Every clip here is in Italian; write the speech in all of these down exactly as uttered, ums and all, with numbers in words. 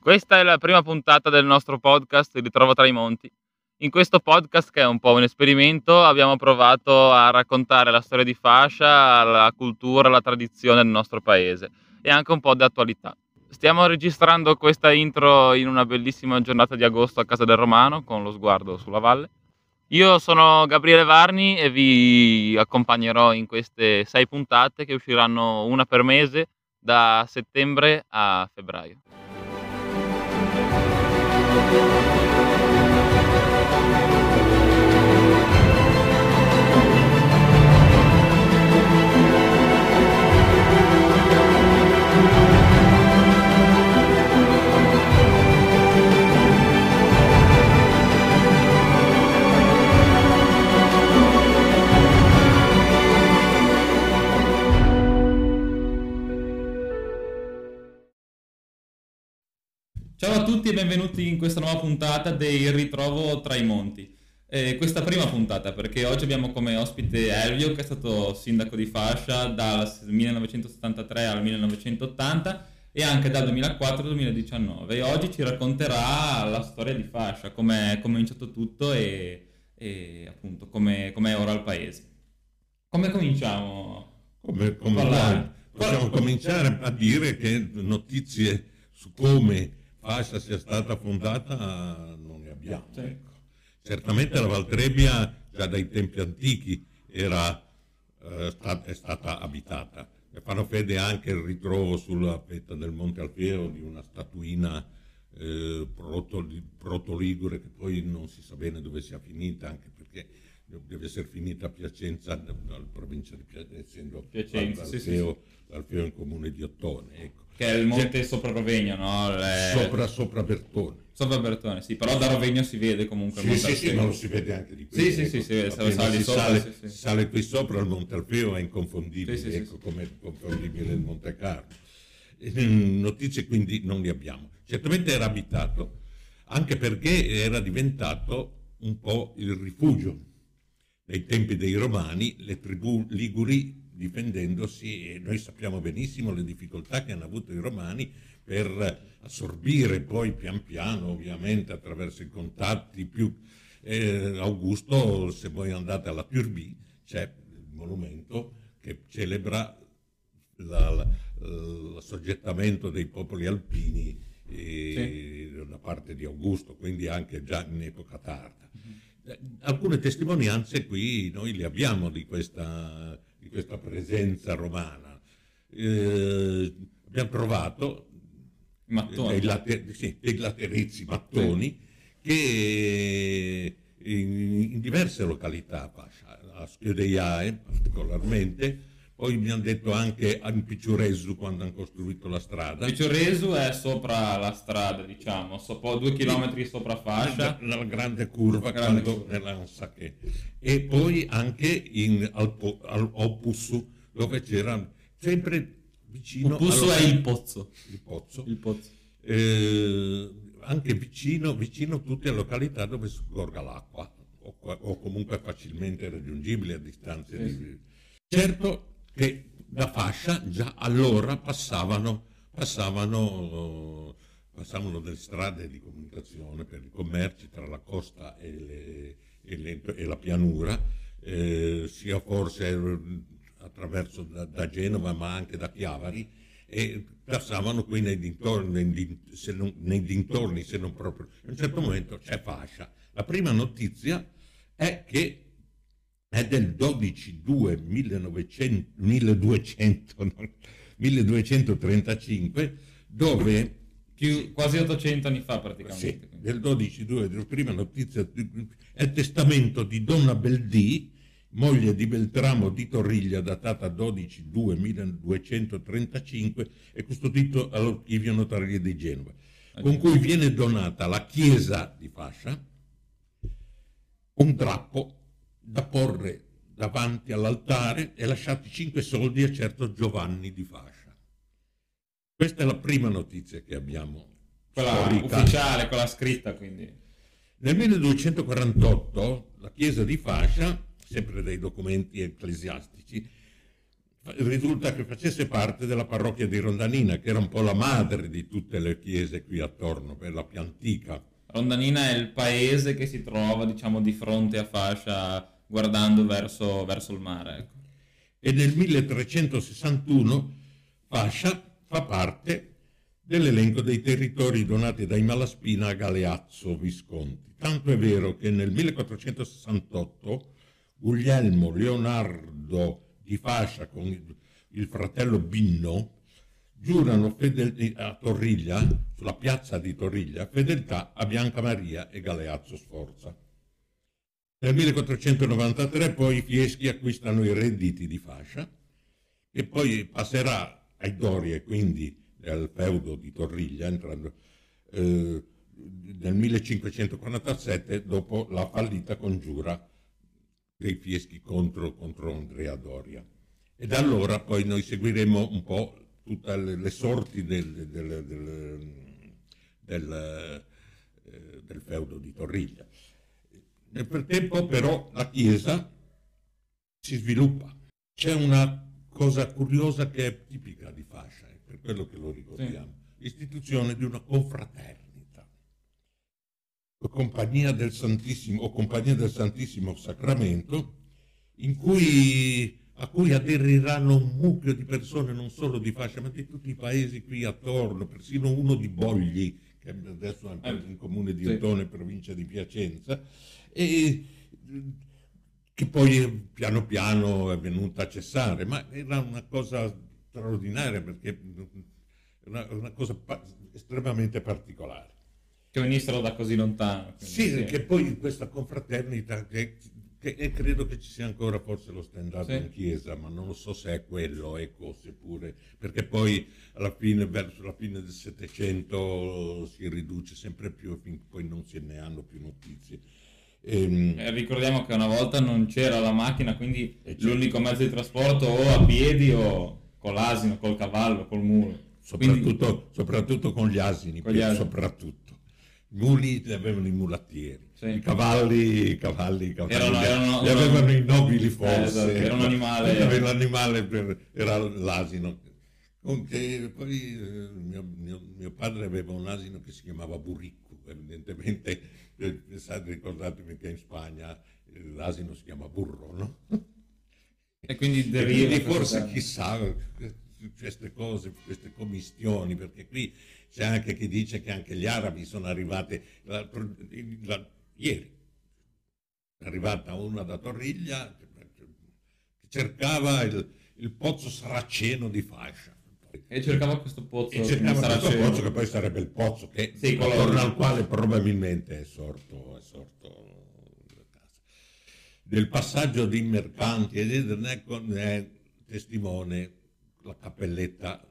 Questa è la prima puntata del nostro podcast Ritrovo tra i monti. In questo podcast, che è un po' un esperimento, abbiamo provato a raccontare la storia di Fascia, la cultura, la tradizione del nostro paese e anche un po' di attualità. Stiamo registrando questa intro in una bellissima giornata di agosto a Casa del Romano, con lo sguardo sulla valle. Io sono Gabriele Varni e vi accompagnerò in queste sei puntate che usciranno una per mese da settembre a febbraio. Ciao a tutti e benvenuti in questa nuova puntata del Ritrovo tra i monti. Eh, questa prima puntata perché oggi abbiamo come ospite Elvio, che è stato sindaco di Fascia dal millenovecentosettantatré al millenovecentottanta e anche dal duemilaquattro al duemiladiciannove, e oggi ci racconterà la storia di Fascia, come è cominciato tutto e, e appunto come è ora il paese. Come cominciamo? Come, come vuoi. Possiamo cominciare a dire che notizie su come Fascia sia stata fondata non ne abbiamo. Sì. Ecco. Certamente la Valtrebbia già dai tempi antichi era, eh, sta, è stata abitata. Ne fanno fede anche il ritrovo sulla vetta del Monte Alfeo di una statuina eh, proto-ligure che poi non si sa bene dove sia finita, anche perché deve essere finita a Piacenza, dalla provincia di Piacenza, essendo Piacenza, l'Alfeo, sì, sì, sì. l'Alfeo in comune di Ottone. Ecco. Che è il monte sopra Rovegno, no? Le... Sopra, sopra Bertone. Sopra Bertone, sì, però da Rovegno si vede comunque. Sì, sì, sì, ma lo si vede anche di qui. Sì, sì, ecco. sì, si vede, Appena sale si sopra, sale, sì, sì. si sale qui sopra, il Monte Alfeo è inconfondibile, Sì, sì, ecco, sì, come è inconfondibile il Monte Carlo. E, notizie quindi non ne abbiamo. Certamente era abitato, anche perché era diventato un po' il rifugio. Nei tempi dei Romani, le tribù liguri difendendosi, e noi sappiamo benissimo le difficoltà che hanno avuto i Romani per assorbire poi pian piano, ovviamente attraverso i contatti più eh, Augusto. Se voi andate alla Turbie c'è il monumento che celebra la, la, l'assoggettamento dei popoli alpini eh, sì. da parte di Augusto, quindi anche già in epoca tarda. Mm-hmm. Alcune testimonianze qui noi le abbiamo di questa, di questa presenza romana. Eh, abbiamo trovato Mattoni. Dei, later, sì, dei laterizi mattoni sì. che in, in diverse località, a Schiodeiae particolarmente, poi mi hanno detto anche a Picciuresu quando hanno costruito la strada. Picciuresu è sopra la strada, diciamo, sopra due chilometri sopra Fascia. Nella grande curva, grande quando, curva. nell'Ansacche. E poi anche in, al, al Opussu, dove c'era sempre... vicino Opussu allo... è il pozzo. Il pozzo. Il pozzo. Eh, anche vicino, vicino tutte le località dove scorga l'acqua, o, o comunque facilmente raggiungibile a distanze sì. di... Certo che da Fascia già allora passavano, passavano, passavano delle strade di comunicazione per i commerci tra la costa e, le, e, le, e la pianura, eh, sia forse attraverso da, da Genova ma anche da Chiavari, e passavano qui nei dintorni, nei, se non, nei dintorni, se non proprio. A un certo momento c'è Fascia. La prima notizia è che è del dodici due milleduecentotrentacinque, dove più quasi ottocento anni fa praticamente. Sì, del dodici due, la prima notizia è il testamento di Donna Beldì, moglie di Beltramo di Torriglia, datata dodici due milleduecentotrentacinque e custodito all'archivio notarile di Genova, okay. Con cui viene donata alla chiesa di Fascia un drappo da porre davanti all'altare e lasciati cinque soldi a certo Giovanni di Fascia. Questa è la prima notizia che abbiamo. Quella storica, ufficiale, quella scritta, quindi. Nel milleduecentoquarantotto la chiesa di Fascia, sempre dai documenti ecclesiastici, risulta che facesse parte della parrocchia di Rondanina, che era un po' la madre di tutte le chiese qui attorno, per la più antica. Rondanina è il paese che si trova, diciamo, di fronte a Fascia, guardando verso, verso il mare. Ecco. E nel milletrecentosessantuno Fascia fa parte dell'elenco dei territori donati dai Malaspina a Galeazzo Visconti. Tanto è vero che nel millequattrocentosessantotto Guglielmo Leonardo di Fascia con il fratello Binno giurano fedel- a Torriglia, sulla piazza di Torriglia, fedeltà a Bianca Maria e Galeazzo Sforza. Nel millequattrocentonovantatré poi i Fieschi acquistano i redditi di Fascia e poi passerà ai Dorie, quindi al feudo di Torriglia, entrando eh, nel millecinquecentoquarantasette dopo la fallita congiura dei Fieschi contro, contro Andrea Doria. E da allora poi noi seguiremo un po' tutte le, le sorti del, del, del, del, eh, del feudo di Torriglia. Nel frattempo però la Chiesa si sviluppa. C'è una cosa curiosa che è tipica di Fascia, è per quello che lo ricordiamo, sì. L'istituzione di una confraternita, o compagnia del Santissimo, o compagnia del Santissimo Sacramento, in cui, a cui aderiranno un mucchio di persone non solo di Fascia, ma di tutti i paesi qui attorno, persino uno di Bogli, che adesso è un comune di Ottone, sì. Provincia di Piacenza, e che poi piano piano è venuta a cessare, ma era una cosa straordinaria perché è una, una cosa pa- estremamente particolare. Che venissero da così lontano. Sì, sì, che poi questa confraternita, che, che, e credo che ci sia ancora forse lo stendato, sì, in chiesa, ma non lo so se è quello, ecco, seppure, perché poi alla fine, verso la fine del Settecento si riduce sempre più, finché poi non se ne hanno più notizie. Ehm, eh, ricordiamo che una volta non c'era la macchina, quindi l'unico mezzo di trasporto o a piedi o con l'asino, col cavallo, col mulo. Soprattutto, quindi, soprattutto con gli asini, con gli asini. Soprattutto. I muli li avevano i mulattieri, sì. I cavalli, i cavalli, i cavalli erano, li, erano, li avevano erano, i nobili forse. Eh, esatto, era un animale. L'animale per, era l'asino. Comunque, poi eh, mio, mio, mio padre aveva un asino che si chiamava Burricco, evidentemente, eh, ricordatevi che in Spagna l'asino si chiama burro, no? E quindi, e quindi forse chissà queste cose, queste commistioni, perché qui c'è anche chi dice che anche gli arabi sono arrivati, la, la, ieri è arrivata una da Torriglia che cercava il, il pozzo saraceno di Fascia. E cercava questo pozzo, e cercava questo pozzo che poi sarebbe il pozzo che, sì, attorno al quale probabilmente è sorto, è sorto la casa. Del passaggio di mercanti ed è testimone la cappelletta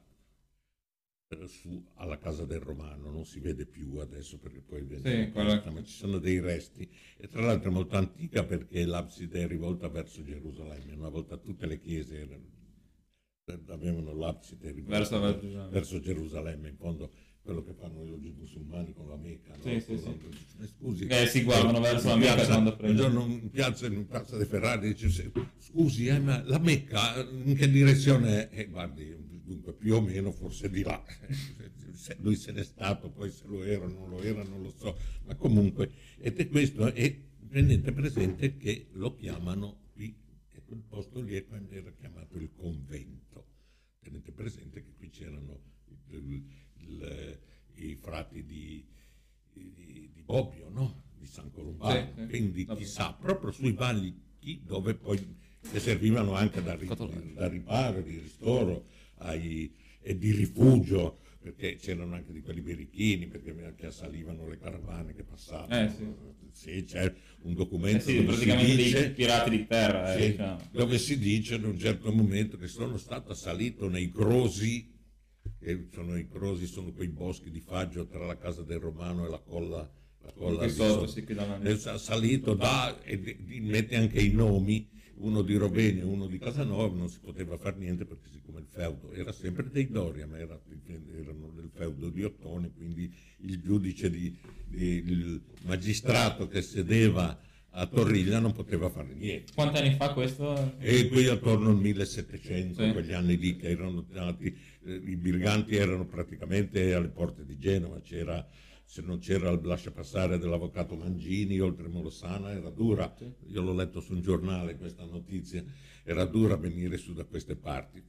su alla Casa del Romano, non si vede più adesso perché poi viene sì, aperta, ma ci sono dei resti, e tra l'altro è molto antica perché l'abside è rivolta verso Gerusalemme. Una volta tutte le chiese erano avevano l'abside verso, verso Gerusalemme, in fondo quello che fanno oggi i musulmani con la Mecca, no? Sì, sì, sì. La... Scusi, eh, si guardano eh, verso la Mecca piazza, quando prendono. In piazza, in piazza dei Ferrari dice, scusi, eh, ma la Mecca in che direzione è? Eh, guardi, dunque più o meno forse di là. Se lui se n'è stato, poi se lo era o non lo era non lo so, ma comunque, ed è questo, e tenete presente che lo chiamano qui, e quel posto lì era chiamato il convento. Tenete presente che qui c'erano il, il, i frati di, di, di Bobbio, no? Di San Colombano, sì, sì. Quindi chissà, proprio sui valichi dove poi servivano anche da, da riparo, di ristoro ai, e di rifugio, perché c'erano anche di quelli birichini, perché che assalivano le caravane che passavano. Eh, sì. Sì, c'è un documento eh sì, dove praticamente si dice, dei pirati di terra, eh, sì, diciamo. Dove si dice ad un certo momento che sono stato assalito nei Grosi, che sono i Grosi, sono quei boschi di faggio tra la casa del Romano e la colla, la colla di sotto, sotto. È salito da, e mette anche i nomi, uno di Rovegno e uno di Casanova, non si poteva fare niente perché siccome il feudo era sempre dei Doria, ma era, erano del feudo di Ottone, quindi il giudice, di, di, il magistrato che sedeva a Torriglia non poteva fare niente. Quanti anni fa questo? E qui attorno al millesettecento, Sì. quegli anni lì che erano nati, eh, i briganti erano praticamente alle porte di Genova, c'era, se non c'era il lasciapassare dell'avvocato Mangini, oltre Molosana, era dura. Sì. Io l'ho letto su un giornale questa notizia, era dura venire su da queste parti.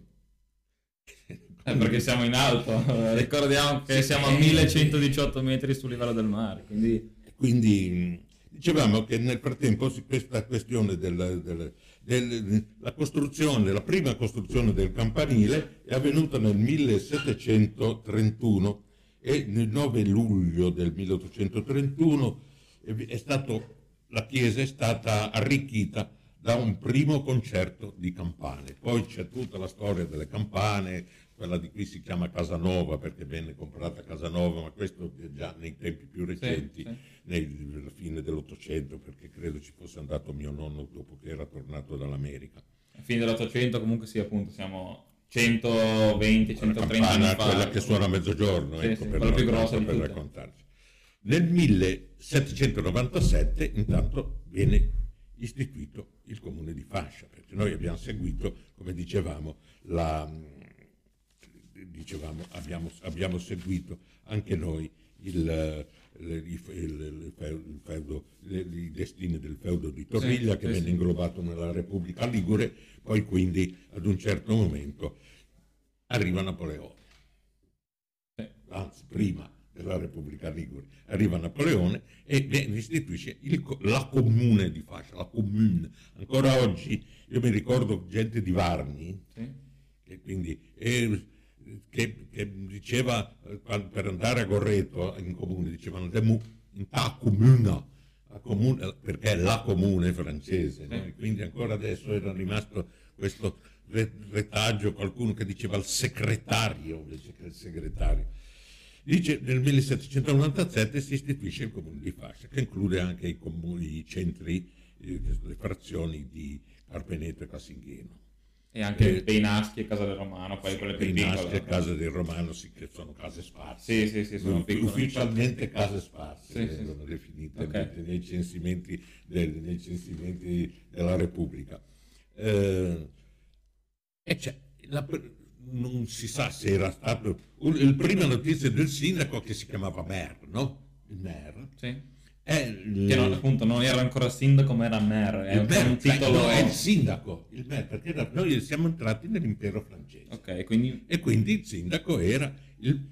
Eh, perché siamo in alto, ricordiamo che siamo a millecentodiciotto metri sul livello del mare, quindi... Quindi dicevamo che nel frattempo questa questione della, della, della costruzione, la prima costruzione del campanile è avvenuta nel millesettecentotrentuno e nel nove luglio del milleottocentotrentuno è stato, la chiesa è stata arricchita da un primo concerto di campane. Poi c'è tutta la storia delle campane, quella di cui si chiama Casanova perché venne comprata Casanova, ma questo già nei tempi più recenti, Sì, sì. nei- alla fine dell'Ottocento, perché credo ci fosse andato mio nonno dopo che era tornato dall'America. A fine dell'Ottocento comunque sì, appunto, siamo centoventi La centotrenta campana, anni fa. quella che suona a mezzogiorno, Sì, ecco, sì, per, quella più tanto grossa di per tutte. raccontarci. Nel millesettecentonovantasette intanto viene istituito il comune di Fascia, perché noi abbiamo seguito, come dicevamo, la, dicevamo abbiamo, abbiamo seguito anche noi il, le- il, il- il feudo, le- i destini del feudo di Torriglia, Sì, che sì, venne sì. inglobato nella Repubblica Ligure, poi quindi ad un certo momento arriva Napoleone. Sì. Anzi, prima della Repubblica Ligure arriva Napoleone e viene- istituisce il co- la comune di Fascia, la comune. Ancora oggi io mi ricordo gente di Varni, Sì. che quindi eh, che, che diceva eh, quando- per andare a Gorreto in comune dicevano "Demu in ta comuna", la comune, perché è la comune francese, no? Sì. E quindi ancora adesso era rimasto questo re- retaggio, qualcuno che diceva il segretario invece che il segretario. Dice nel millesettecentonovantasette si istituisce il comune di Fascia, che include anche i comuni, i centri, eh, le frazioni di Carpeneto e Cassingheno. E anche Eh, Peinaschi e Casa del Romano, poi quelle più Peinaschi piccole. e Casa del Romano, sì, che sono case sparse. Sì, sì, sì, sono Uf- piccole. Ufficialmente case sparse, Sì, sì, vengono sì. definite Ok. nei, nei censimenti del- nei censimenti della Repubblica. Eh, e c'è la pr- non si sa se era stato un- il prima notizia del sindaco che si chiamava Mer, no? Il Mer. Sì. È il, Che non, appunto non era ancora sindaco, ma era mayor. È, il è Mer, un cioè, titolo... no, è il sindaco, il Mer, perché da- noi siamo entrati nell'impero francese. Ok, quindi... E quindi il sindaco era il,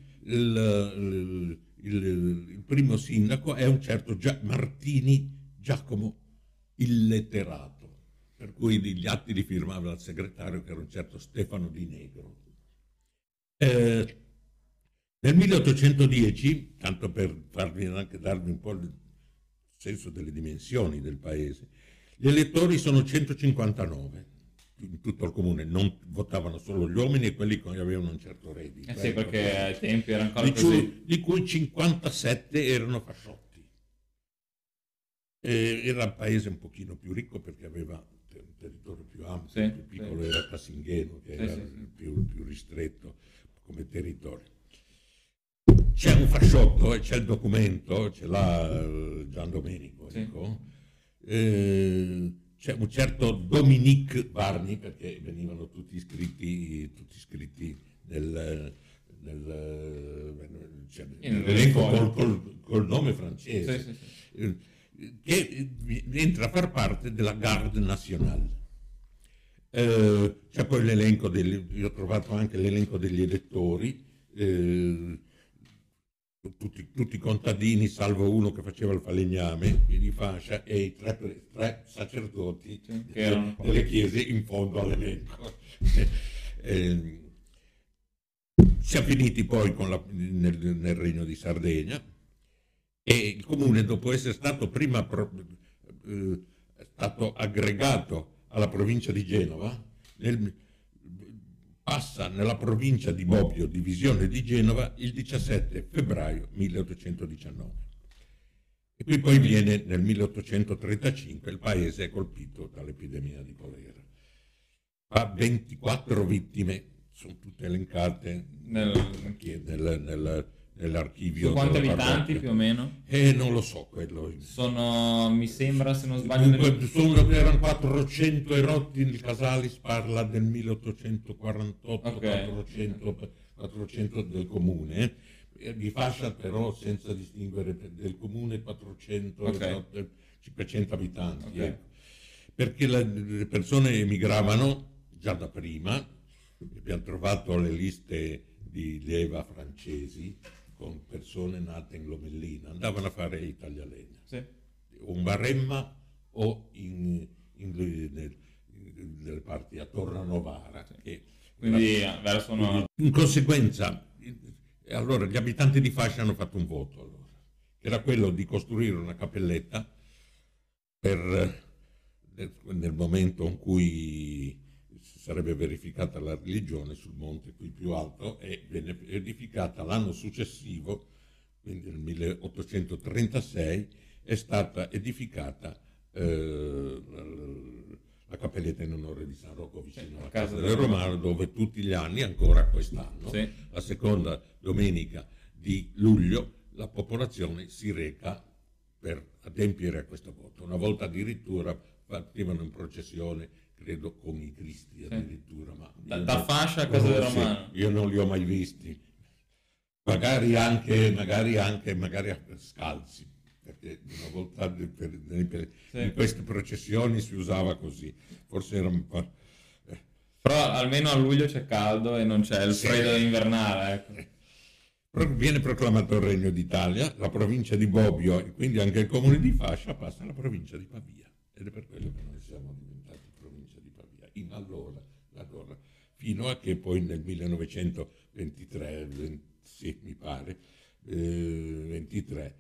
il- il- il- il primo sindaco è un certo Gia- Martini Giacomo il letterato, per cui gli atti li firmava il segretario che era un certo Stefano Di Negro. Eh, nel milleottocentodieci, tanto per farvi anche darvi un po' il senso delle dimensioni del paese, gli elettori sono centocinquantanove in tutto il comune, non votavano solo gli uomini e quelli che avevano un certo reddito. Eh sì, ecco. perché ai tempi era ancora di così. cui, di cui cinquantasette erano fasciotti. E era un paese un pochino più ricco perché aveva un territorio più ampio, Sì, più piccolo sì. era Cassingheno, che Sì, era sì, il sì. Più, più ristretto come territorio. C'è un fasciotto e c'è il documento, ce l'ha eh, Gian Domenico, Sì. ecco. Eh, c'è un certo Dominique Varni, perché venivano tutti iscritti, tutti iscritti nel, nel, cioè, In- nell'elenco nel- col, col- col nome francese, Sì, sì, sì. eh, che eh, entra a far parte della Garde Nationale. Eh, c'è poi l'elenco degli, io ho trovato anche l'elenco degli elettori, eh, tutti, tutti contadini salvo uno che faceva il falegname di Fascia e i tre, pre- tre sacerdoti Sì, che erano qua. delle chiese in fondo all'elenco. Eh, siamo finiti poi con la- nel, nel Regno di Sardegna e il comune, dopo essere stato prima pro- eh, è stato aggregato alla provincia di Genova, nel- passa nella provincia di Bobbio, divisione di Genova, il diciassette febbraio milleottocentodiciannove. E qui poi viene nel milleottocentotrentacinque, il paese è colpito dall'epidemia di colera. Ha ventiquattro vittime, sono tutte elencate Nel- nel- nel- nell'archivio. Su quanti della abitanti parrocchia. più o meno? Eh, non lo so quello. Sono, mi sembra, se non sbaglio, Dunque, nel- sono, erano quattrocento erotti, il Casalis parla del milleottocentoquarantotto, Ok. quattrocento, quattrocento del comune, eh, di fascia però senza distinguere per- del comune quattrocento, Ok. esatto, cinquecento abitanti, Ok. ecco. Perché la- le persone emigravano già da prima, abbiamo trovato le liste di leva francesi con persone nate in Lomellina, andavano a fare i taglialegna Sì. o in Baremma o in, in- nel- in- nelle parti attorno a Novara. Che Quindi era- eh, verso quindi, nord. in conseguenza, eh, allora gli abitanti di Fascia hanno fatto un voto, allora, che era quello di costruire una cappelletta per, eh, nel, nel momento in cui si sarebbe verificata la religione sul monte qui più alto, e venne edificata l'anno successivo, quindi nel milleottocentotrentasei, è stata edificata eh, la cappelletta in onore di San Rocco vicino Sì, alla a casa casa del del Romano, dove tutti gli anni, ancora quest'anno, Sì. la seconda domenica di luglio, la popolazione si reca per adempiere a questo voto. Una volta addirittura partivano in processione, credo con i Cristi addirittura. Ma Da, io da non- Fascia a casa non- del sì, Romano. io non li ho mai visti. Magari anche, magari anche, magari scalzi, perché una volta per- per- per- Sì. in queste processioni si usava così. Forse era un po'. Però almeno a luglio c'è caldo e non c'è il Sì. freddo invernale, ecco. Pro- Viene proclamato il Regno d'Italia, la provincia di Bobbio e quindi anche il comune di Fascia passa alla provincia di Pavia, ed è per quello che noi siamo diventati provincia di Pavia in allora, allora fino a che poi nel millenovecentoventitré, venti, sì, mi pare, eh, ventitré,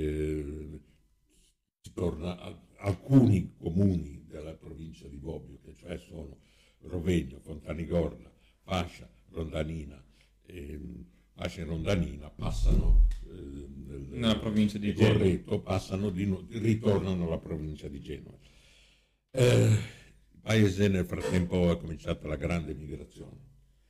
eh, si torna a alcuni comuni della provincia di Bobbio, che cioè sono Rovegno, Fontanigorda, Fascia, Rondanina, ehm, Fascia e Rondanina passano eh, nel- Nella provincia di e Genova. Gorreto passano di nu- ritornano alla provincia di Genova. Eh, il paese nel frattempo ha cominciato la grande migrazione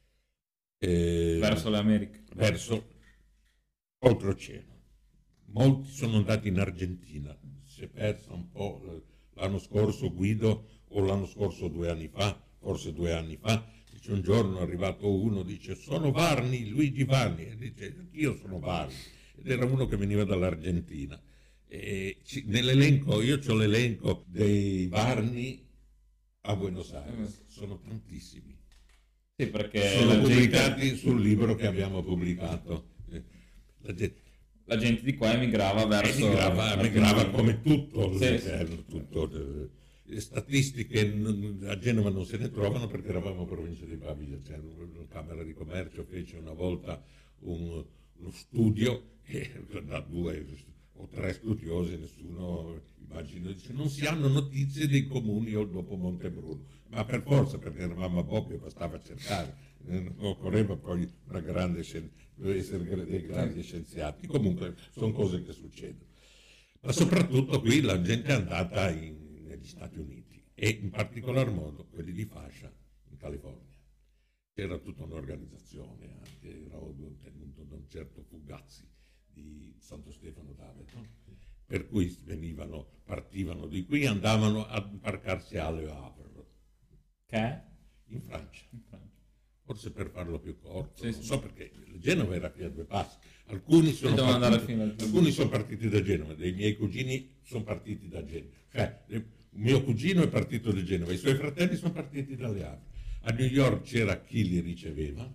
eh, Verso le Americhe. verso oltreoceano. Molti sono andati in Argentina, si è persa un po' eh, l'anno scorso Guido, o l'anno scorso due anni fa, forse due anni fa, dice un giorno è arrivato uno, dice sono Varni, Luigi Varni, e dice io sono Varni, ed era uno che veniva dall'Argentina. E ci- nell'elenco, io ho l'elenco dei Varni a Buenos Aires, sono tantissimi. Sì, perché Sono la pubblicati gente, sul libro che abbiamo pubblicato. Eh, La gente, la gente di qua emigrava verso... emigrava, verso emigrava il- come tutto Sì, l'interno, tutto. eh, Le statistiche n- a Genova non se ne trovano perché eravamo provincia di Pavia, cioè la Camera di Commercio fece una volta un- uno studio e da due o tre studiosi nessuno immagino, dice non si hanno notizie dei comuni o dopo Montebruno, ma per forza perché eravamo a Bobbio bastava cercare, eh, non occorreva poi una grande scien- essere gra- dei grandi scienziati, comunque sono cose che succedono. Ma soprattutto qui la gente è andata in- negli Stati Uniti e in particolar modo quelli di Fascia in California. C'era tutta un'organizzazione, anche era tenuto da un certo Fugazzi di Santo Stefano d'Avento, per cui venivano, partivano di qui e andavano a imbarcarsi a Le Havre, Che è? in Francia. In Francia. Forse per farlo più corto, Sì, non sì. so perché Genova era qui a due passi. Alcuni sono, devono andare partiti, fino al- alcuni sono partiti da Genova, dei miei cugini sono partiti da Genova. Cioè, il mio cugino è partito da Genova, i suoi fratelli sono partiti dalle Havre. A New York c'era chi li riceveva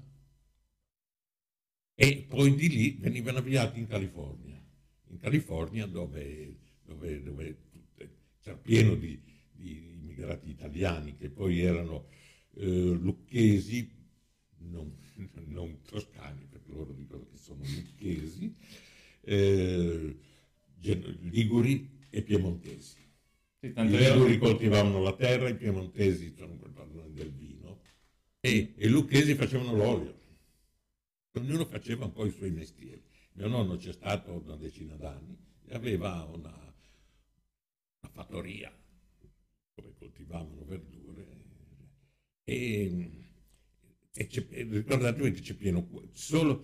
e poi di lì venivano avviati in California. In California dove, dove, dove tutte- c'era pieno di, di immigrati italiani che poi erano eh, lucchesi, non, non toscani, perché loro dicono che sono lucchesi, eh, gen- liguri e piemontesi. Sì, I tanto io... liguri coltivavano la terra, i piemontesi sono quei padroni del vino e, e i lucchesi facevano l'olio. Ognuno faceva un po' i suoi mestieri. Mio nonno c'è stato una decina d'anni e aveva una, una fattoria dove coltivavano verdure e, e c'è- e ricordatevi che c'è pieno solo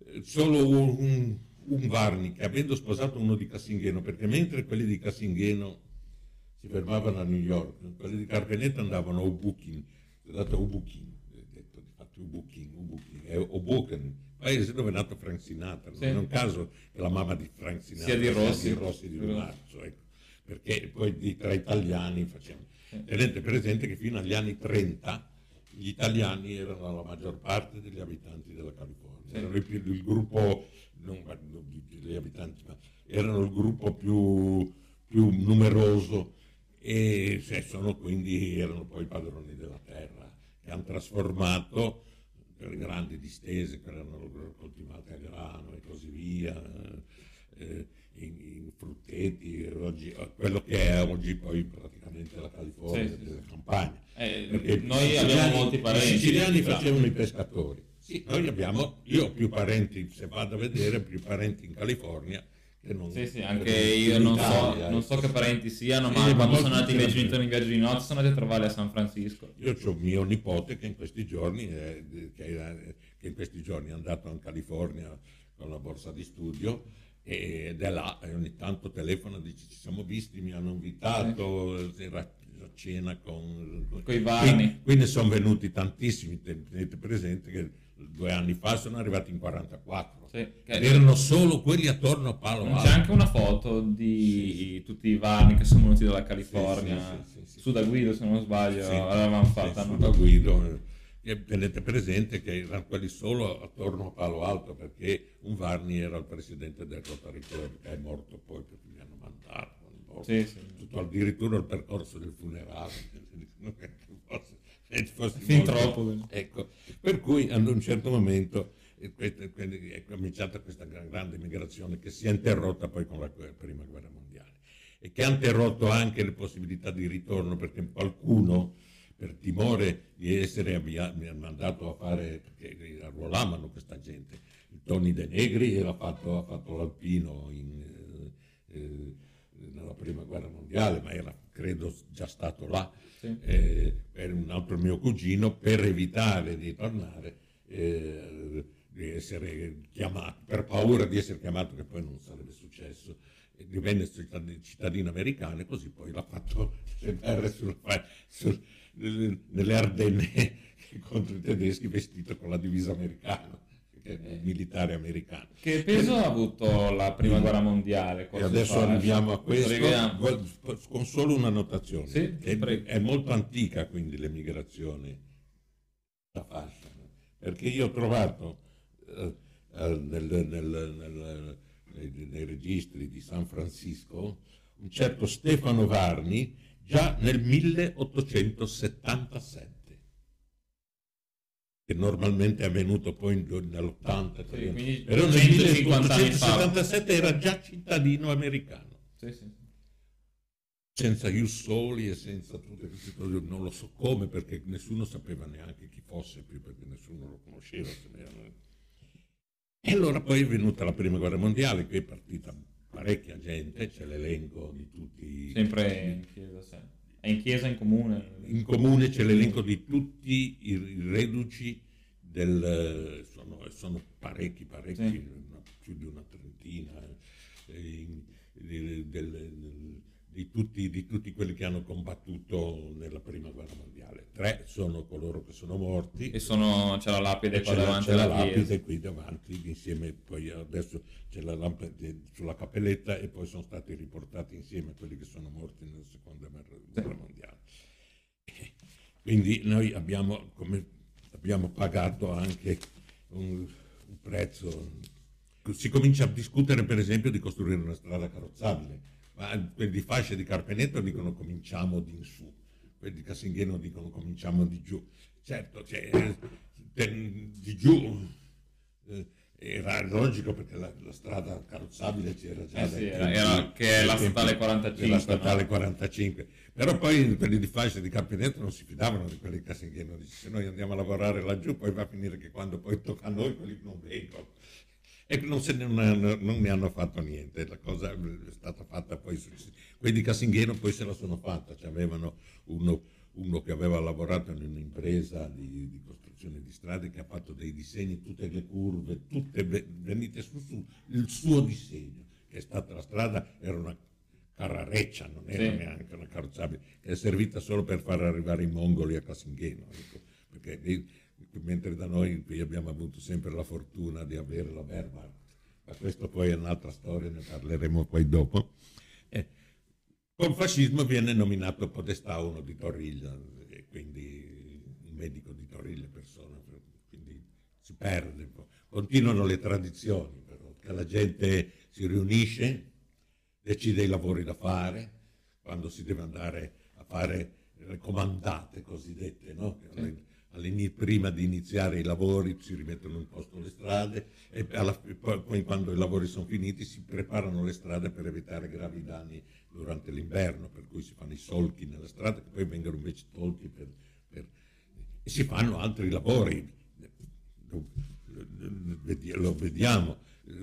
solo un, un Varni che, avendo sposato uno di Cassingheno, perché mentre quelli di Cassingheno si fermavano a New York, quelli di Carpeneto andavano a Hoboken, dato Hoboken, detto di fatto Hoboken, Hoboken, è Hoboken, paese dove è nato Frank Sinatra. Sì. Non è un caso che la mamma di Frank Sinatra sia di Rossi, sia di Rossi di Lunarzo, ecco, perché poi di, tra italiani facciamo. Sì. Tenete presente che fino agli anni trenta gli italiani erano la maggior parte degli abitanti della California, sì. Erano il, il gruppo, non degli abitanti, ma erano il gruppo più, più numeroso, e cioè, sono quindi erano poi i padroni della terra, che hanno trasformato per grandi distese che erano coltivate a grano e così via, eh, in, in frutteti, oggi, quello che è oggi poi praticamente la California, sì, della campagna. Eh, noi abbiamo molti parenti. I siciliani facevano i pescatori. Sì, noi abbiamo, io ho più parenti, se vado a vedere, più parenti in California. Non, sì, sì, anche io non so, non so che parenti siano, sì, ma quando ma sono andati i miei genitori in viaggio di nozze sono andati a trovarli a San Francisco. Io ho mio nipote che in questi giorni è, che è, che in questi giorni è andato in California con la borsa di studio ed è là e ogni tanto telefona, dice ci siamo visti, mi hanno invitato, sì. Era a cena con, con i Varni. Quindi, quindi sono venuti tantissimi, tenete presente che due anni fa sono arrivati in quarantaquattro, sì, ed erano solo quelli attorno a Palo Alto. C'è anche una foto di sì, sì. tutti i Varni che sono venuti dalla California, sì, sì, sì, sì, su da Guido se non sbaglio, sì, l'avevamo fatta. Sì, su da Guido, e tenete presente che erano quelli solo attorno a Palo Alto, perché un Varni era il presidente del Rotary Club, che è morto poi perché mi hanno mandato, sì, sì. tutto addirittura il percorso del funerale. Fosse fin molto, troppo, ecco, per cui ad un certo momento è cominciata questa grande migrazione che si è interrotta poi con la prima guerra mondiale e che ha interrotto anche le possibilità di ritorno, perché qualcuno, per timore di essere mandato a fare, perché arruolavano questa gente, il Tony De Negri ha fatto, ha fatto l'alpino in, eh, nella prima guerra mondiale, ma era credo già stato là. Sì. Eh, per un altro mio cugino, per evitare di tornare, eh, di essere chiamato, per paura di essere chiamato, che poi non sarebbe successo, e divenne cittadino americano, e così poi l'ha fatto sempre sul, sul, nelle Ardenne contro i tedeschi, vestito con la divisa americana, che è militare americano. Che peso ha avuto la prima guerra mondiale? E adesso arriviamo a questo arriviamo. con solo una notazione. Sì, è, è molto antica quindi l'emigrazione da fascia, perché io ho trovato eh, nel, nel, nel, nei, nei registri di San Francisco un certo Stefano Varni già nel milleottocentosettantasette, che normalmente è avvenuto poi nell'ottanta, sì, però nel milleottocentosettantasette era già cittadino americano, sì, sì. senza ius soli e senza tutte queste cose, non lo so come, perché nessuno sapeva neanche chi fosse più, perché nessuno lo conosceva. E allora poi è venuta la prima guerra mondiale, qui è partita parecchia gente, c'è l'elenco di tutti. Sempre in chiesa, sì. È in chiesa, in comune? In comune c'è l'elenco di tutti i reduci del, sono, sono parecchi, parecchi, sì. Più di una trentina, eh, di, del, di, tutti, di tutti quelli che hanno combattuto nella prima guerra mondiale. Tre sono coloro che sono morti. E sono, c'è la lapide qua c'è davanti alla chiesa. C'è la lapide qui davanti, insieme, poi adesso c'è la lampada sulla cappelletta, e poi sono stati riportati insieme quelli che sono morti nella seconda guerra mondiale. Quindi noi abbiamo, come, abbiamo pagato anche un, un prezzo. Si comincia a discutere per esempio di costruire una strada carrozzabile, ma quelli di Fascia di Carpeneto dicono cominciamo di in su, quelli di Cassingheno dicono cominciamo di giù. Certo, cioè, di giù eh, era logico, perché la, la strada carrozzabile c'era già, eh sì, era, era, che è la statale quarantacinque, la statale no? quarantacinque. Però poi quelli di Fascia di Carpeneto non si fidavano di quelli di Cassingheno, dice se noi andiamo a lavorare laggiù poi va a finire che quando poi tocca a noi quelli non vengono, e non, se ne, non, non ne hanno fatto niente. La cosa è stata fatta poi, quelli di Cassingheno poi se la sono fatta, cioè avevano uno, uno che aveva lavorato in un'impresa di, di costruzione di strade, che ha fatto dei disegni, tutte le curve, tutte venite su, su il suo disegno, che è stata la strada, era una carrareccia, non era sì. neanche una carrozzabile, che è servita solo per far arrivare i mongoli a Casingheno, ecco, perché lì, mentre da noi qui abbiamo avuto sempre la fortuna di avere la Wehrmacht, ma questo poi è un'altra storia, ne parleremo poi dopo. Eh, col fascismo viene nominato podestà uno di Torriglia, e quindi un medico di Torriglia persona, quindi si perde, continuano le tradizioni, però, che la gente si riunisce, decide i lavori da fare, quando si deve andare a fare le comandate cosiddette, no? Sì. Prima di iniziare i lavori si rimettono in posto le strade e alla, poi quando i lavori sono finiti si preparano le strade per evitare gravi danni durante l'inverno, per cui si fanno i solchi nella strada che poi vengono invece tolti per, per, e si fanno altri lavori, lo vediamo.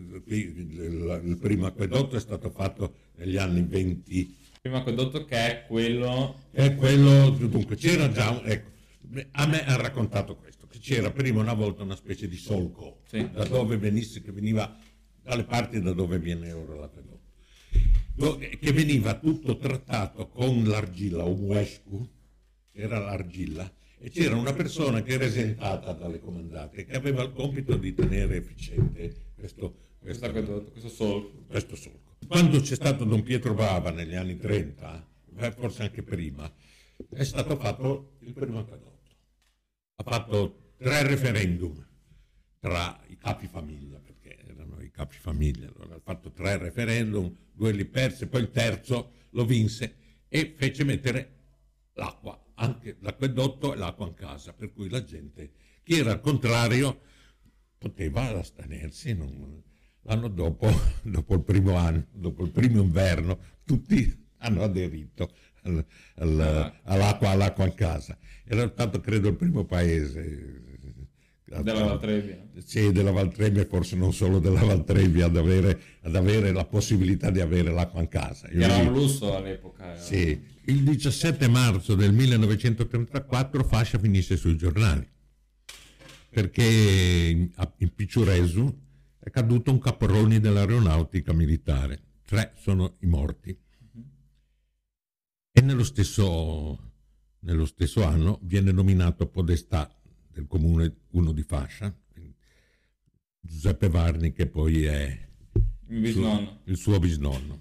Il primo acquedotto è stato fatto negli anni venti. Il primo acquedotto che è quello... È quello, dunque c'era già, ecco, a me ha raccontato questo, che c'era prima una volta una specie di solco, sì. da dove venisse, che veniva dalle parti da dove viene ora l'acquedotto, che veniva tutto trattato con l'argilla, o muescu, era l'argilla, e c'era una persona che era esentata dalle comandate, che aveva il compito di tenere efficiente questo, questo, questo, questo solco. Questo solco. Quando c'è stato Don Pietro Bava negli anni trenta, forse anche prima, è stato fatto il primo acquedotto. Ha fatto tre referendum tra i capi famiglia, perché erano i capi famiglia, allora ha fatto tre referendum, due li perse, poi il terzo lo vinse e fece mettere l'acqua, anche l'acquedotto e l'acqua in casa, per cui la gente, chi era al contrario, poteva astenersi. Non... L'anno dopo, dopo il primo anno, dopo il primo inverno, tutti hanno aderito al, al, ah. all'acqua, all'acqua in casa. Era stato, credo, il primo paese della Valtrebbia. Sì, della Valtrebbia, forse non solo della Valtrebbia, ad avere, ad avere la possibilità di avere l'acqua in casa. Io era un lusso all'epoca. Sì. Il diciassette marzo del millenovecentotrentaquattro Fascia finisce sui giornali, perché in, in Picciuresu è caduto un caporoni dell'aeronautica militare. Tre sono i morti. Uh-huh. E nello stesso, nello stesso anno viene nominato podestà del comune uno di Fascia, Giuseppe Varni, che poi è il suo, il suo bisnonno.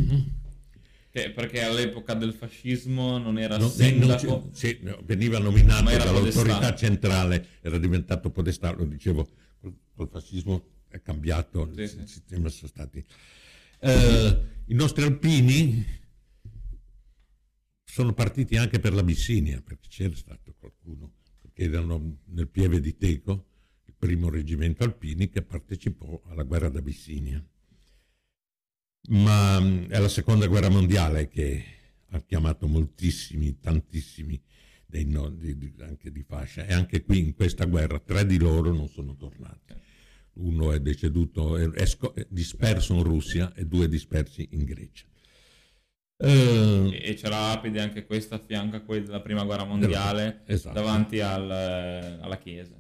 Che perché all'epoca del fascismo non era no, sindaco, non sì, veniva nominato dall'autorità podestà. centrale, era diventato podestà, lo dicevo, col, col fascismo è cambiato, sì, il sì. sistema sono stati... Eh, i nostri alpini sono partiti anche per l'Abissinia, perché c'era stato qualcuno, perché erano nel Pieve di Teco, il primo reggimento alpini che partecipò alla guerra d'Abissinia. Ma è la seconda guerra mondiale che ha chiamato moltissimi, tantissimi dei nonni di, anche di Fascia, e anche qui in questa guerra tre di loro non sono tornati. Uno è deceduto, è, è, è disperso in Russia e due dispersi in Grecia. Uh, e c'è la lapide anche questa a fianco a quelli della prima guerra mondiale, esatto. davanti al, alla chiesa.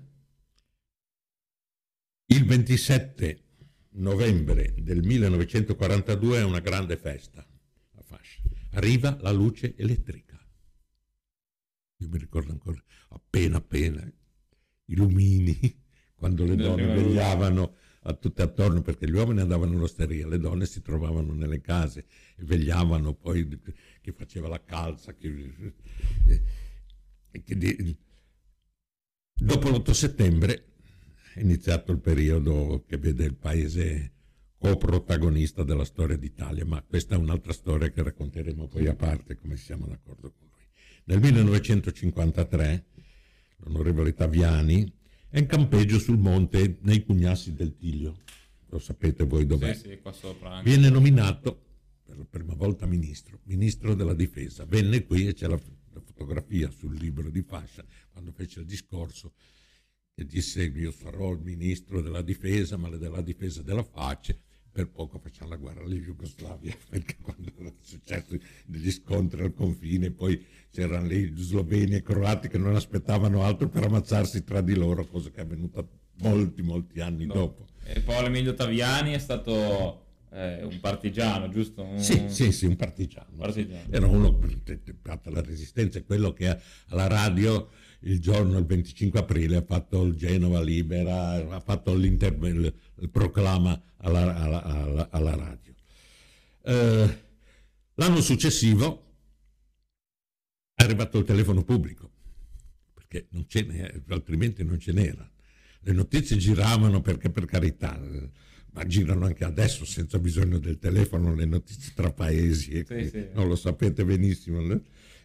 Il ventisette novembre del millenovecentoquarantadue è una grande festa a Fascia. Arriva la luce elettrica. Io mi ricordo ancora, appena appena, i lumini, quando le donne vegliavano a tutte attorno, perché gli uomini andavano all'osteria, le donne si trovavano nelle case e vegliavano, poi chi faceva la calza, chi, eh, chi, dopo l'otto settembre è iniziato il periodo che vede il paese coprotagonista della storia d'Italia, ma questa è un'altra storia che racconteremo poi a parte, come siamo d'accordo con lui. Nel millenovecentocinquantatré l'onorevole Taviani è in campeggio sul monte nei Pugnassi del Tiglio, lo sapete voi dov'è. Sì, sì, qua sopra anche. Viene nominato per la prima volta ministro, ministro della difesa. Venne qui e c'è la, la fotografia sul libro di Fascia, quando fece il discorso, e disse: io sarò il ministro della difesa, ma della difesa della pace, per poco facciamo la guerra alla Jugoslavia, perché quando erano successi degli scontri al confine, poi c'erano lì sloveni e croati che non aspettavano altro per ammazzarsi tra di loro, cosa che è avvenuta molti molti anni no. dopo. E poi Emilio Taviani è stato eh, un partigiano, giusto? Un... Sì, sì, sì, un partigiano. partigiano. Era uno che ha fatto la resistenza, è quello che alla radio il giorno, il venticinque aprile, ha fatto il Genova Libera, ha fatto il, il proclama alla, alla, alla, alla radio. Eh, l'anno successivo è arrivato il telefono pubblico, perché non ce n'è, altrimenti non ce n'era. Le notizie giravano perché, per carità, ma girano anche adesso senza bisogno del telefono, le notizie tra paesi, e sì, sì. non lo sapete benissimo. No?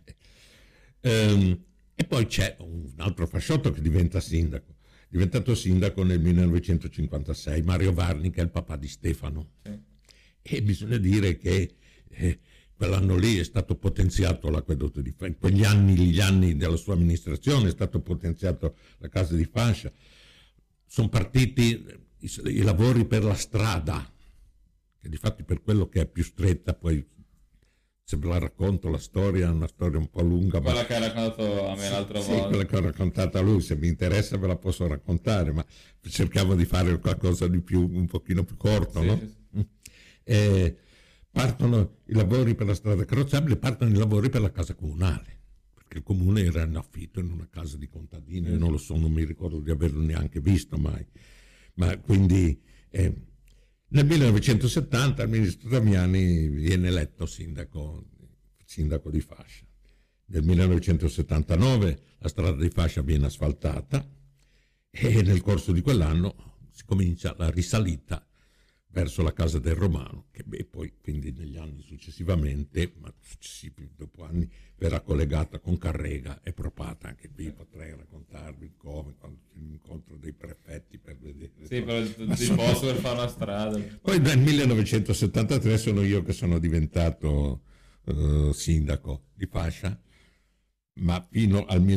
Ehm, e poi c'è un altro fasciotto che diventa sindaco, è diventato sindaco nel millenovecentocinquantasei, Mario Varni, che è il papà di Stefano. Sì. E bisogna dire che eh, quell'anno lì è stato potenziato l'acquedotto di Fascia, in quegli anni, gli anni della sua amministrazione è stato potenziato la casa di Fascia, sono partiti i, i lavori per la strada, che difatti per quello che è più stretta, poi se ve la racconto la storia, è una storia un po' lunga. Quella ma... che ha raccontato a me l'altra sì, volta. Sì, quella che ho raccontato a lui, se mi interessa ve la posso raccontare, ma cerchiamo di fare qualcosa di più, un pochino più corto, sì, no? Sì. Eh, partono i lavori per la strada carrozzabile, partono i lavori per la casa comunale, perché il comune era in affitto in una casa di contadini, mm. non lo so, non mi ricordo di averlo neanche visto mai, ma quindi eh, nel millenovecentosettanta il ministro Damiani viene eletto sindaco, sindaco di Fascia. Nel millenovecentosettantanove la strada di Fascia viene asfaltata e nel corso di quell'anno si comincia la risalita verso la casa del Romano, che beh, poi quindi negli anni successivamente, ma successivi dopo anni, verrà collegata con Carrega e Propata. Anche qui potrei raccontarvi come, quando c'è l'incontro dei prefetti per vedere. Sì, per il posto per fare la strada. Poi nel millenovecentosettantatré sono io che sono diventato uh, sindaco di Fascia, ma fino al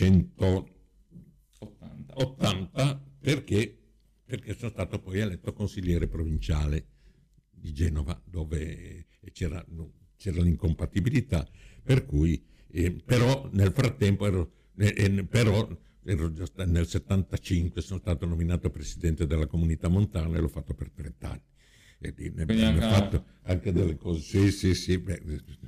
millenovecentottanta, perché perché sono stato poi eletto consigliere provinciale di Genova, dove c'era, c'era l'incompatibilità, per cui, eh, però nel frattempo ero, eh, però ero già sta, nel settantacinque sono stato nominato presidente della Comunità Montana e l'ho fatto per trenta anni. E ne abbiamo fatto anche delle cose, sì, sì, sì, beh,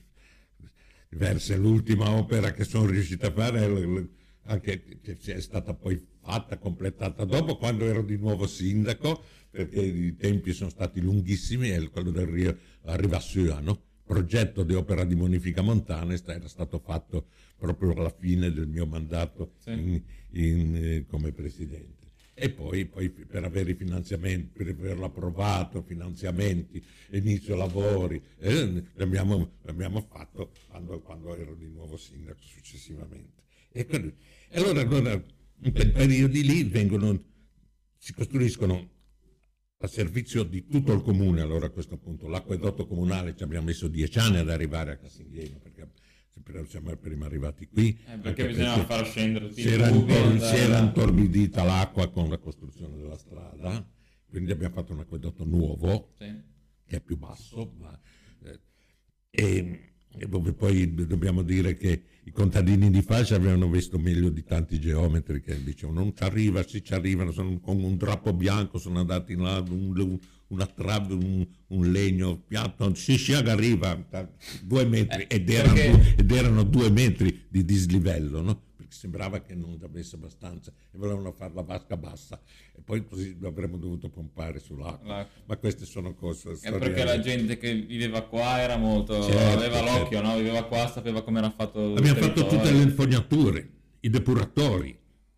diverse. L'ultima opera che sono riuscito a fare è anche che è stata poi fatta, completata dopo, quando ero di nuovo sindaco, perché i tempi sono stati lunghissimi, è quello del Rio, la Rivassua, no? Progetto di opera di bonifica montana era stato fatto proprio alla fine del mio mandato sì. in, in, eh, come presidente. E poi, poi per avere i finanziamenti, per averlo approvato, finanziamenti, inizio lavori, eh, l'abbiamo, l'abbiamo fatto quando, quando ero di nuovo sindaco successivamente. E, quello, e allora, allora in quei periodi lì vengono, si costruiscono a servizio di tutto il comune. Allora a questo punto l'acquedotto comunale ci abbiamo messo dieci anni ad arrivare a Cassinghieno, perché siamo prima arrivati qui. Eh, perché bisognava far scendere tutti si era, intor- si era intorbidita l'acqua con la costruzione della strada, quindi abbiamo fatto un acquedotto nuovo, sì. che è più basso, ma, eh, e, e dove poi dobbiamo dire che i contadini di Fascia avevano visto meglio di tanti geometri che dicevano non ci arriva, sì ci arrivano, sono con un drappo bianco, sono andati là, un, un, una trave, un, un legno piatto, sì sì arriva, due metri, eh, ed, erano, perché... ed erano due metri di dislivello, no? Perché sembrava che non avesse abbastanza e volevano fare la vasca bassa e poi così avremmo dovuto pompare sull'acqua. La... Ma queste sono cose. È perché la gente che viveva qua era molto, certo, aveva l'occhio, certo. no? Viveva qua, sapeva come era fatto. Abbiamo fatto tutte le infognature, i depuratori,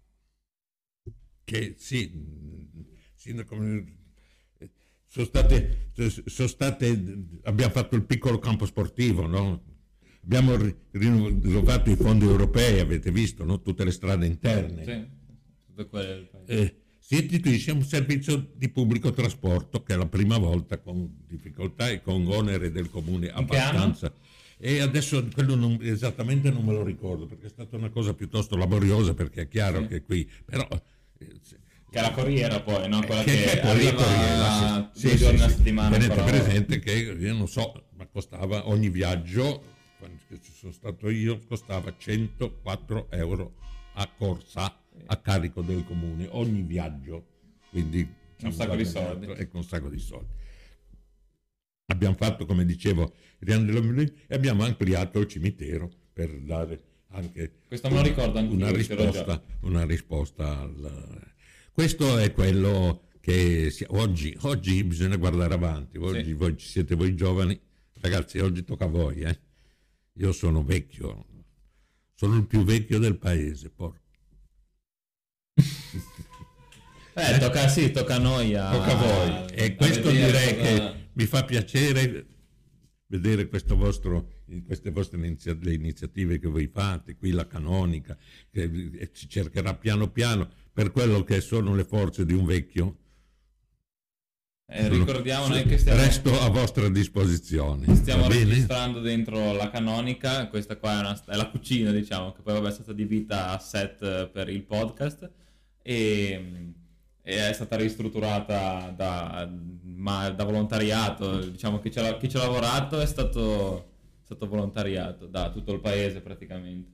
che sì, sindaco, sono state, sono state, abbiamo fatto il piccolo campo sportivo, no? Abbiamo rinnovato i fondi europei, avete visto, no? Tutte le strade interne. Sì, tutto quello. Eh, si istituisce un servizio di pubblico trasporto che è la prima volta con difficoltà e con onere del comune abbastanza. E adesso quello non, esattamente non me lo ricordo, perché è stata una cosa piuttosto laboriosa, perché è chiaro sì. che qui, però eh, Che è la corriera poi, no? Quella che, che, che poi arriva la corriera, sì, due sì, giorni sì, a sì. settimana. Tenete però... presente che io non so, ma costava ogni viaggio, quando ci sono stato io, costava centoquattro euro a corsa a carico del comune, ogni viaggio, quindi un sacco di soldi. Ecco, un sacco di soldi. Abbiamo fatto, come dicevo, il Rione della Molina e abbiamo ampliato il cimitero per dare anche questo me lo ricordo anche una io, risposta, una risposta al... Questo è quello che si... oggi, oggi bisogna guardare avanti, oggi sì. Voi siete voi giovani, ragazzi, oggi tocca a voi, eh? Io sono vecchio, sono il più vecchio del paese, porco. Eh, tocca, sì, tocca a noi. A, tocca a voi. E a questo direi cosa... che mi fa piacere vedere questo vostro, queste vostre inizia- le iniziative che voi fate, qui la Canonica, che si cercherà piano piano per quello che sono le forze di un vecchio. Eh, ricordiamo noi che stiamo, resto a vostra disposizione. Stiamo registrando dentro la Canonica, questa qua è, una, è la cucina, diciamo, che poi vabbè, è stata adibita a set per il podcast e, e è stata ristrutturata da, ma, da volontariato, diciamo che ci chi ci ha lavorato è stato, è stato volontariato da tutto il paese praticamente.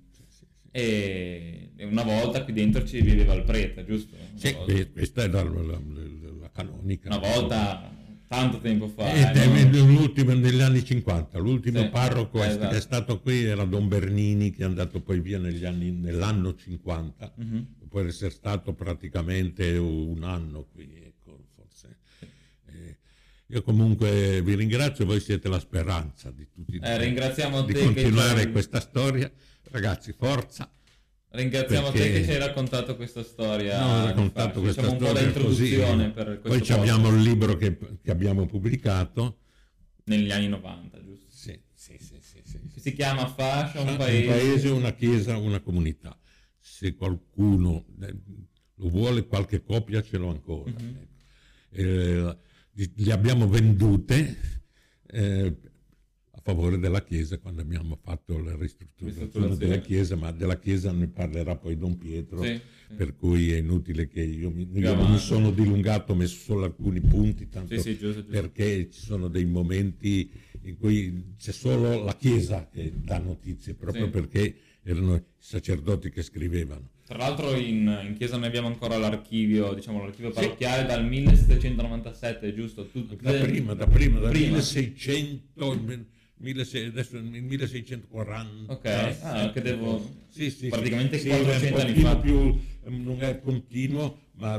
E una volta qui dentro ci viveva il prete, giusto? Una sì, volta. Questa è la, la, la, la Canonica. Una volta, tanto tempo fa. Eh, eh, l'ultimo, negli anni cinquanta, l'ultimo sì, parroco esatto. che è stato qui era Don Bernini, che è andato poi via negli anni, nell'anno cinquanta, uh-huh. Dopo essere stato praticamente un anno qui, ecco, forse. Eh, io comunque vi ringrazio, voi siete la speranza di tutti eh, ringraziamo di te continuare che questa storia. Ragazzi, forza. Ringraziamo perché... te che ci hai raccontato questa storia. No, ho raccontato questa diciamo storia un po' da introduzione così. Per poi questo abbiamo il libro che, che abbiamo pubblicato. Negli anni novanta, giusto? Sì, sì, sì. sì, sì. Che si chiama Fascia, un un paese. Un paese, una chiesa, una comunità. Se qualcuno lo vuole, qualche copia ce l'ho ancora. Mm-hmm. Eh, li abbiamo vendute eh, a favore della chiesa quando abbiamo fatto la ristrutturazione della chiesa, ma della chiesa ne parlerà poi Don Pietro, sì, sì. Per cui è inutile che io mi, io mi sono dilungato, ho messo solo alcuni punti, tanto sì, sì, giusto, giusto. Perché ci sono dei momenti in cui c'è solo la chiesa che dà notizie, proprio sì. Perché erano i sacerdoti che scrivevano. Tra l'altro in, in chiesa noi abbiamo ancora l'archivio, diciamo l'archivio parrocchiale sì. Dal millesettecentonovantasette, giusto? Tutte... Da prima, da prima, dal prima. milleseicento... adesso nel milleseicentoquaranta. Ok, ah, che devo sì, sì, praticamente sì, quattrocento sì, anni fa. Più, non è continuo, ma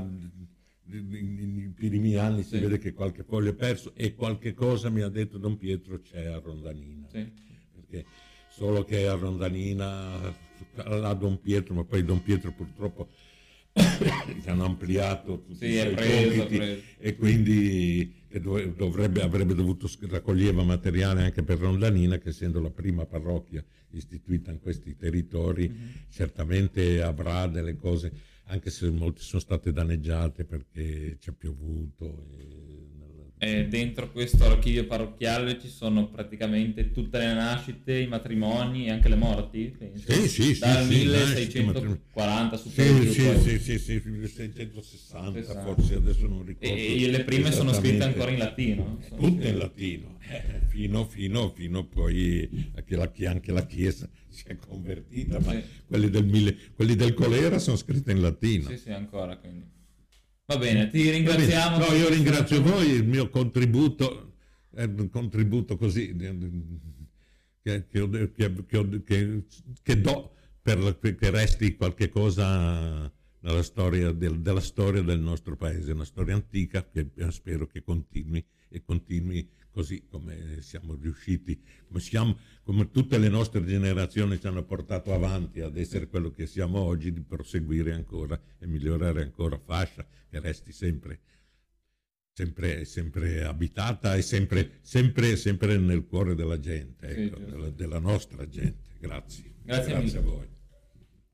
nei primi anni sì. Si vede che qualche foglio è perso e qualche cosa mi ha detto Don Pietro c'è a Rondanina. Sì. Perché solo che a Rondanina a Don Pietro, ma poi Don Pietro purtroppo hanno ampliato tutti sì, i suoi preso, compiti preso. E quindi dovrebbe, avrebbe dovuto raccoglieva materiale anche per Rondanina, che essendo la prima parrocchia istituita in questi territori, mm-hmm. Certamente avrà delle cose, anche se molte sono state danneggiate perché ci è piovuto. E E dentro questo archivio parrocchiale ci sono praticamente tutte le nascite, i matrimoni e anche le morti, penso. Sì, sì, dal sì, milleseicentoquaranta su sì, sì, sì, sì, sì, sì, milleseicentosessanta sì, forse, adesso non ricordo. E, e le prime sono scritte ancora in latino. Tutte in latino, eh, fino, fino, fino poi a che la, anche la Chiesa si è convertita, ma sì. quelli, del mille, quelli del colera sono scritte in latino. Sì, sì, ancora, quindi. Va bene, ti ringraziamo. No, io ringrazio voi, il mio contributo è un contributo così che, che, che, che, che do per che resti qualche cosa nella storia del, della storia del nostro paese, una storia antica che spero che continui e continui così come siamo riusciti, come, siamo, come tutte le nostre generazioni ci hanno portato avanti ad essere quello che siamo oggi, di proseguire ancora e migliorare ancora Fascia, che resti sempre, sempre, sempre abitata e sempre, sempre, sempre nel cuore della gente, ecco, sì, della, della nostra gente. Grazie. Grazie, Grazie a voi.